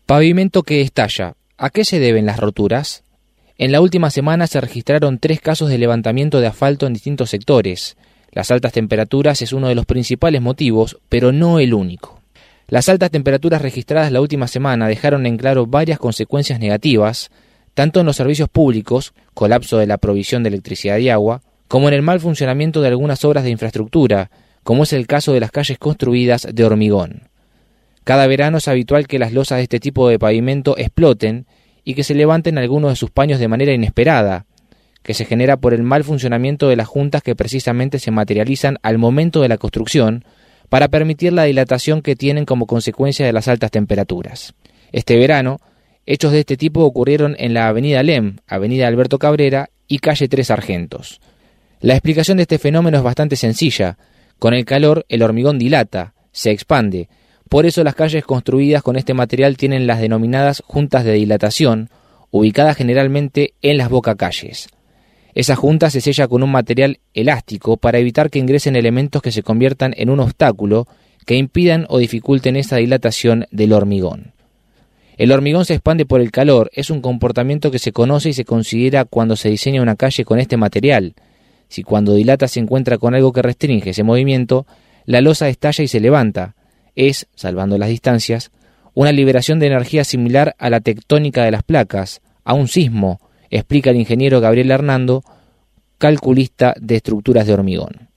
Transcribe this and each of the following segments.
Pavimento que estalla. ¿A qué se deben las roturas? En la última semana se registraron 3 casos de levantamiento de asfalto en distintos sectores. Las altas temperaturas es uno de los principales motivos, pero no el único. Las altas temperaturas registradas la última semana dejaron en claro varias consecuencias negativas, tanto en los servicios públicos, colapso de la provisión de electricidad y agua, como en el mal funcionamiento de algunas obras de infraestructura, como es el caso de las calles construidas de hormigón. Cada verano es habitual que las losas de este tipo de pavimento exploten y que se levanten algunos de sus paños de manera inesperada, que se genera por el mal funcionamiento de las juntas que precisamente se materializan al momento de la construcción para permitir la dilatación que tienen como consecuencia de las altas temperaturas. Este verano, hechos de este tipo ocurrieron en la avenida Lem, avenida Alberto Cabrera y calle 3 Sargentos. La explicación de este fenómeno es bastante sencilla. Con el calor, el hormigón dilata, se expande. Por eso las calles construidas con este material tienen las denominadas juntas de dilatación, ubicadas generalmente en las bocacalles. Esa junta se sella con un material elástico para evitar que ingresen elementos que se conviertan en un obstáculo que impidan o dificulten esa dilatación del hormigón. El hormigón se expande por el calor, es un comportamiento que se conoce y se considera cuando se diseña una calle con este material. Si cuando dilata se encuentra con algo que restringe ese movimiento, la losa estalla y se levanta. Es, salvando las distancias, una liberación de energía similar a la tectónica de las placas, a un sismo, explica el ingeniero Gabriel Hernando, calculista de estructuras de hormigón.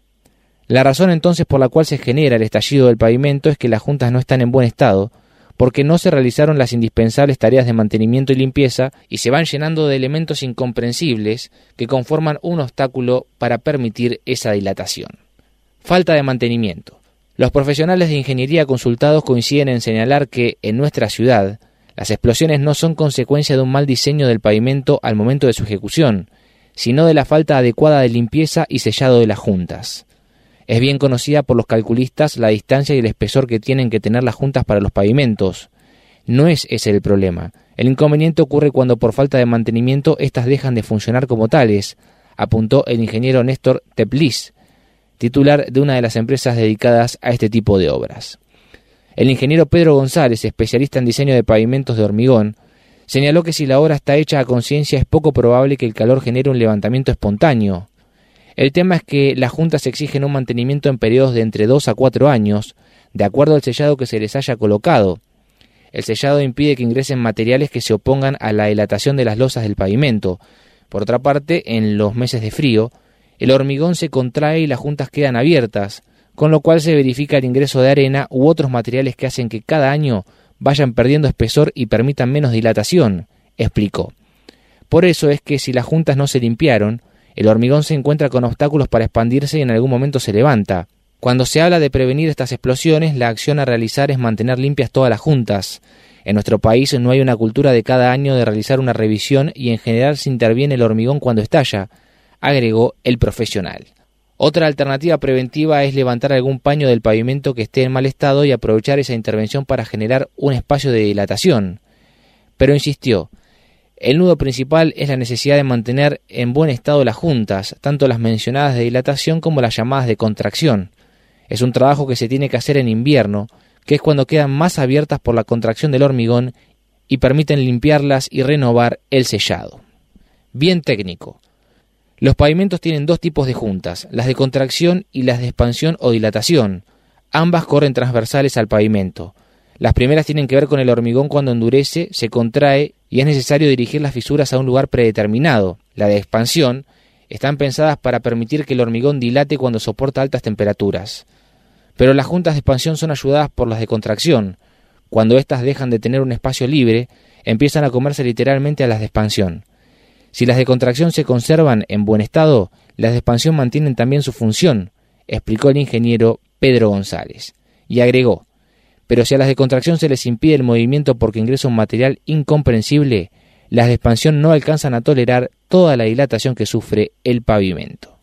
La razón entonces por la cual se genera el estallido del pavimento es que las juntas no están en buen estado, porque no se realizaron las indispensables tareas de mantenimiento y limpieza y se van llenando de elementos incomprensibles que conforman un obstáculo para permitir esa dilatación. Falta de mantenimiento. Los profesionales de ingeniería consultados coinciden en señalar que, en nuestra ciudad, las explosiones no son consecuencia de un mal diseño del pavimento al momento de su ejecución, sino de la falta adecuada de limpieza y sellado de las juntas. Es bien conocida por los calculistas la distancia y el espesor que tienen que tener las juntas para los pavimentos. No es ese el problema. El inconveniente ocurre cuando por falta de mantenimiento éstas dejan de funcionar como tales, apuntó el ingeniero Néstor Tepliz, titular de una de las empresas dedicadas a este tipo de obras. El ingeniero Pedro González, especialista en diseño de pavimentos de hormigón, señaló que si la obra está hecha a conciencia es poco probable que el calor genere un levantamiento espontáneo. El tema es que las juntas exigen un mantenimiento en periodos de entre 2 a 4 años, de acuerdo al sellado que se les haya colocado. El sellado impide que ingresen materiales que se opongan a la dilatación de las losas del pavimento. Por otra parte, en los meses de frío, el hormigón se contrae y las juntas quedan abiertas, con lo cual se verifica el ingreso de arena u otros materiales que hacen que cada año vayan perdiendo espesor y permitan menos dilatación, explicó. Por eso es que si las juntas no se limpiaron, el hormigón se encuentra con obstáculos para expandirse y en algún momento se levanta. Cuando se habla de prevenir estas explosiones, la acción a realizar es mantener limpias todas las juntas. En nuestro país no hay una cultura de cada año de realizar una revisión y en general se interviene el hormigón cuando estalla, agregó el profesional. Otra alternativa preventiva es levantar algún paño del pavimento que esté en mal estado y aprovechar esa intervención para generar un espacio de dilatación. Pero insistió, el nudo principal es la necesidad de mantener en buen estado las juntas, tanto las mencionadas de dilatación como las llamadas de contracción. Es un trabajo que se tiene que hacer en invierno, que es cuando quedan más abiertas por la contracción del hormigón y permiten limpiarlas y renovar el sellado. Bien técnico. Los pavimentos tienen 2 tipos de juntas, las de contracción y las de expansión o dilatación. Ambas corren transversales al pavimento. Las primeras tienen que ver con el hormigón cuando endurece, se contrae y es necesario dirigir las fisuras a un lugar predeterminado. La de expansión están pensadas para permitir que el hormigón dilate cuando soporta altas temperaturas. Pero las juntas de expansión son ayudadas por las de contracción. Cuando éstas dejan de tener un espacio libre, empiezan a comerse literalmente a las de expansión. Si las de contracción se conservan en buen estado, las de expansión mantienen también su función, explicó el ingeniero Pedro González. Y agregó, pero si a las de contracción se les impide el movimiento porque ingresa un material incomprensible, las de expansión no alcanzan a tolerar toda la dilatación que sufre el pavimento.